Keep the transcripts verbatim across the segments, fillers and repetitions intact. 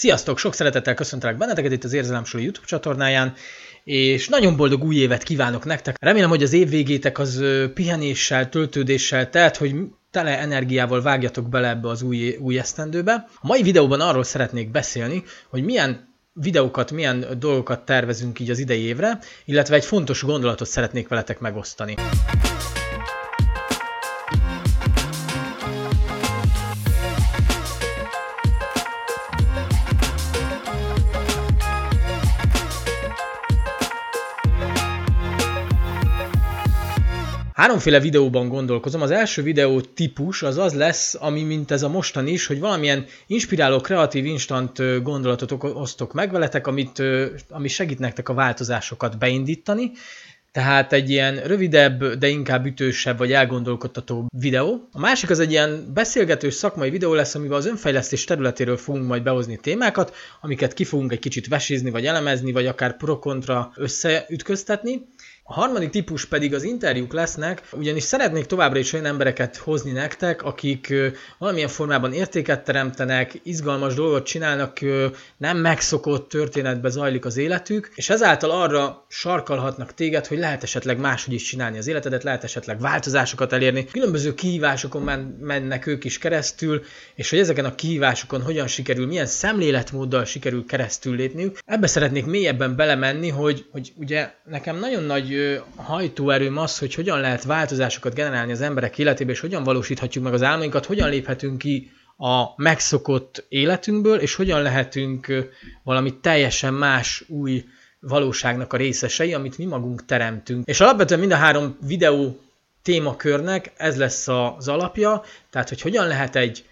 Sziasztok! Sok szeretettel köszöntelek benneteket itt az Érzelemsuli YouTube csatornáján, és nagyon boldog új évet kívánok nektek. Remélem, hogy az év végétek az pihenéssel, töltődéssel telt, hogy tele energiával vágjatok bele ebbe az új, új esztendőbe. A mai videóban arról szeretnék beszélni, hogy milyen videókat, milyen dolgokat tervezünk így az idei évre, illetve egy fontos gondolatot szeretnék veletek megosztani. Háromféle videóban gondolkozom. Az első videó típus az az lesz, ami mint ez a mostani is, hogy valamilyen inspiráló, kreatív, instant gondolatot osztok meg veletek, amit, ami segít nektek a változásokat beindítani. Tehát egy ilyen rövidebb, de inkább ütősebb vagy elgondolkodtató videó. A másik az egy ilyen beszélgetős szakmai videó lesz, amiben az önfejlesztés területéről fogunk majd behozni témákat, amiket ki fogunk egy kicsit vesézni, vagy elemezni, vagy akár pro-kontra összeütköztetni. A harmadik típus pedig az interjúk lesznek, ugyanis szeretnék továbbra is olyan embereket hozni nektek, akik valamilyen formában értéket teremtenek, izgalmas dolgot csinálnak, nem megszokott történetbe zajlik az életük, és ezáltal arra sarkalhatnak téged, hogy lehet esetleg máshogy is csinálni az életedet, lehet esetleg változásokat elérni. Különböző kihívásokon men- mennek ők is keresztül, és hogy ezeken a kihívásokon hogyan sikerül, milyen szemléletmóddal sikerül keresztül lépniük. Ebbe szeretnék mélyebben belemenni, hogy, hogy ugye nekem nagyon nagy hajtóerőm az, hogy hogyan lehet változásokat generálni az emberek életébe, és hogyan valósíthatjuk meg az álmainkat, hogyan léphetünk ki a megszokott életünkből, és hogyan lehetünk valami teljesen más, új valóságnak a részesei, amit mi magunk teremtünk. És alapvetően mind a három videó témakörnek ez lesz az alapja, tehát hogy hogyan lehet egy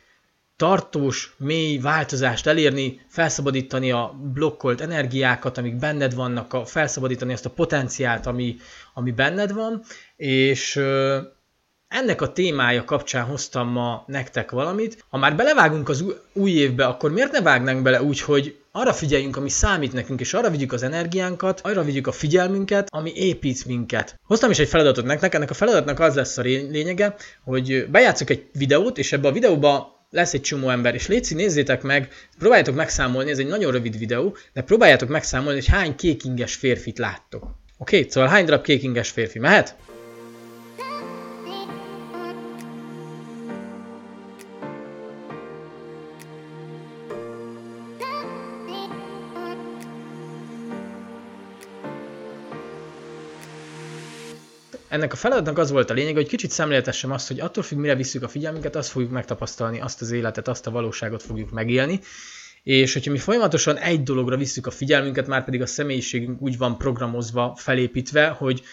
tartós, mély változást elérni, felszabadítani a blokkolt energiákat, amik benned vannak, a, felszabadítani azt a potenciált, ami, ami benned van, és ö, ennek a témája kapcsán hoztam ma nektek valamit. Ha már belevágunk az új, új évbe, akkor miért ne vágnánk bele úgy, hogy arra figyeljünk, ami számít nekünk, és arra vigyük az energiánkat, arra vigyük a figyelmünket, ami épít minket. Hoztam is egy feladatot nektek, ennek a feladatnak az lesz a lényege, hogy bejátszok egy videót, és ebbe a videóba lesz egy csomó ember, és létszik, nézzétek meg, próbáljátok megszámolni, ez egy nagyon rövid videó, de próbáljátok megszámolni, hogy hány kékinges férfit láttok. Oké, okay? Szóval hány darab kékinges férfi? Mehet? Ennek a feladatnak az volt a lényeg, hogy kicsit szemléltessem azt, hogy attól függ, mire visszük a figyelmünket, azt fogjuk megtapasztalni, azt az életet, azt a valóságot fogjuk megélni. És hogyha mi folyamatosan egy dologra visszük a figyelmünket, már pedig a személyiségünk úgy van programozva, felépítve, hogy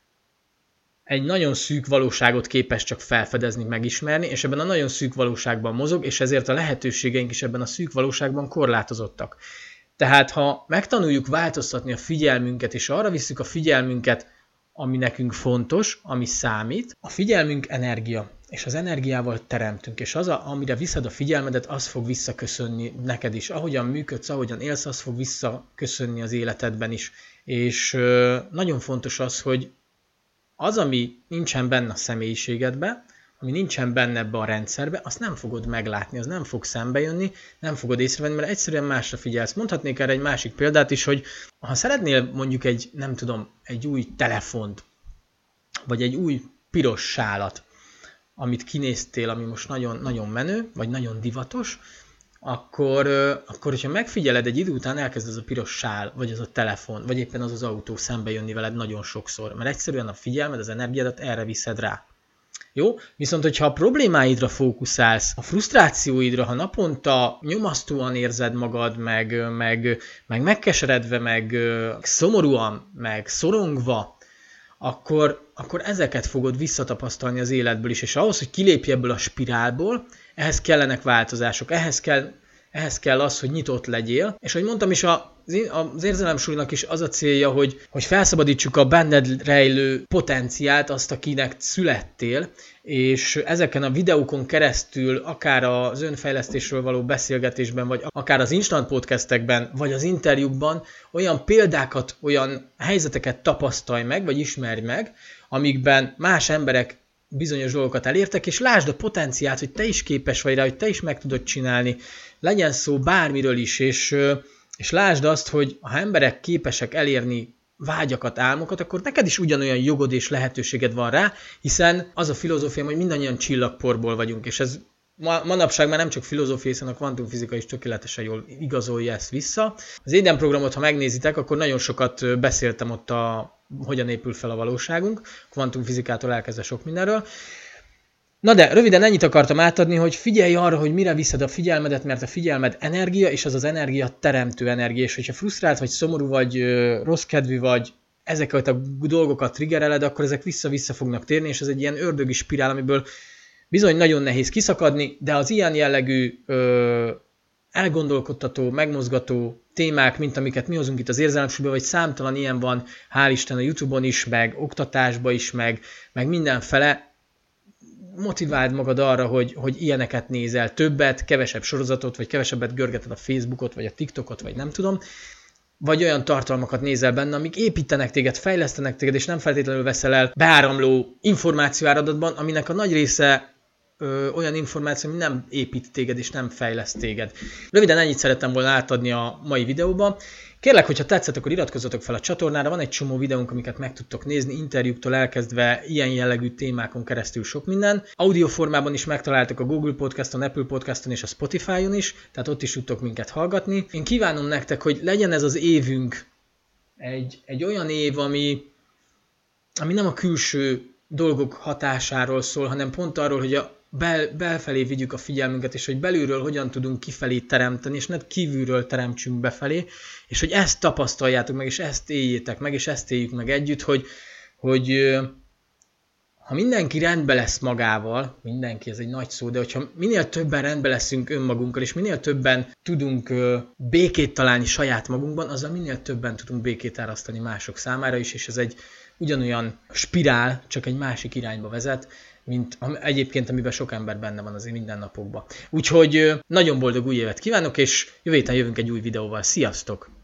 egy nagyon szűk valóságot képes csak felfedezni, megismerni, és ebben a nagyon szűk valóságban mozog, és ezért a lehetőségeink is ebben a szűk valóságban korlátozottak. Tehát ha megtanuljuk változtatni a figyelmünket, és arra visszük a figyelmünket, ami nekünk fontos, ami számít. A figyelmünk energia, és az energiával teremtünk, és az, a, amire viszed a figyelmedet, az fog visszaköszönni neked is. Ahogyan működsz, ahogyan élsz, az fog visszaköszönni az életedben is. És ö, nagyon fontos az, hogy az, ami nincsen benne a személyiségedbe, ami nincsen benne ebbe a rendszerbe, azt nem fogod meglátni, az nem fog szembejönni, nem fogod észrevenni, mert egyszerűen másra figyelsz. Mondhatnék erre egy másik példát is, hogy ha szeretnél mondjuk egy, nem tudom, egy új telefont, vagy egy új piros sálat, amit kinéztél, ami most nagyon, nagyon menő, vagy nagyon divatos, akkor, akkor, hogyha megfigyeled egy idő után, elkezd az a piros sál, vagy az a telefon, vagy éppen az az autó szembe jönni veled nagyon sokszor, mert egyszerűen a figyelmed, az energiádat erre viszed rá. Jó? Viszont, hogyha a problémáidra fókuszálsz, a frusztrációidra, ha naponta nyomasztóan érzed magad, meg, meg, meg megkeseredve, meg szomorúan, meg szorongva, akkor, akkor ezeket fogod visszatapasztalni az életből is. És ahhoz, hogy kilépj ebből a spirálból, ehhez kellenek változások, ehhez kell, ehhez kell az, hogy nyitott legyél. És ahogy mondtam is, a az érzelemsulinak is az a célja, hogy, hogy felszabadítsuk a benned rejlő potenciált, azt, akinek születtél, és ezeken a videókon keresztül, akár az önfejlesztésről való beszélgetésben, vagy akár az instant podcastekben, vagy az interjúkban olyan példákat, olyan helyzeteket tapasztalj meg, vagy ismerj meg, amikben más emberek bizonyos dolgokat elértek, és lásd a potenciált, hogy te is képes vagy rá, hogy te is meg tudod csinálni, legyen szó bármiről is, és, és lásd azt, hogy ha emberek képesek elérni vágyakat, álmokat, akkor neked is ugyanolyan jogod és lehetőséged van rá, hiszen az a filozófia, hogy mindannyian csillagporból vagyunk, és ez ma, manapság már nem csak filozófia, hiszen a kvantumfizika is tökéletesen jól igazolja ezt vissza. Az Éden programot, ha megnézitek, akkor nagyon sokat beszéltem ott a hogyan épül fel a valóságunk, kvantumfizikától elkezdve sok mindenről. Na de röviden ennyit akartam átadni, hogy figyelj arra, hogy mire viszed a figyelmedet, mert a figyelmed energia, és az az energia teremtő energia, és hogyha frusztrált vagy, szomorú vagy, rossz kedvű vagy, ezeket a dolgokat triggereled, akkor ezek vissza-vissza fognak térni, és ez egy ilyen ördögi spirál, amiből bizony nagyon nehéz kiszakadni, de az ilyen jellegű ö, elgondolkodtató, megmozgató témák, mint amiket mi hozunk itt az Érzelemsúlyban, vagy számtalan ilyen van, hál' Isten a YouTube-on is, meg oktatásban is, meg, meg mindenfele, motiváld magad arra, hogy, hogy ilyeneket nézel, többet, kevesebb sorozatot, vagy kevesebbet görgeted a Facebookot, vagy a TikTokot, vagy nem tudom, vagy olyan tartalmakat nézel benne, amik építenek téged, fejlesztenek téged, és nem feltétlenül veszel el beáramló információáradatban, aminek a nagy része ö, olyan információ, ami nem épít téged, és nem fejleszt téged. Röviden ennyit szerettem volna átadni a mai videóban. Kérlek, hogyha tetszett, akkor iratkozzatok fel a csatornára, van egy csomó videónk, amiket meg tudtok nézni, interjúktól elkezdve ilyen jellegű témákon keresztül sok minden. Audio formában is megtaláltok a Google Podcaston, Apple Podcaston és a Spotify-on is, tehát ott is tudtok minket hallgatni. Én kívánom nektek, hogy legyen ez az évünk egy, egy olyan év, ami, ami nem a külső dolgok hatásáról szól, hanem pont arról, hogy a Bel, belfelé vigyük a figyelmünket, és hogy belülről hogyan tudunk kifelé teremteni, és ne kívülről teremtsünk befelé, és hogy ezt tapasztaljátok meg, és ezt éljétek meg, és ezt éljük meg együtt, hogy, hogy ha mindenki rendben lesz magával, mindenki, ez egy nagy szó, de hogyha minél többen rendben leszünk önmagunkkal, és minél többen tudunk békét találni saját magunkban, azzal minél többen tudunk békét árasztani mások számára is, és ez egy ugyanolyan spirál, csak egy másik irányba vezet, mint egyébként, amiben sok ember benne van azért mindennapokban. Úgyhogy nagyon boldog új évet kívánok, és jövő héten jövünk egy új videóval. Sziasztok!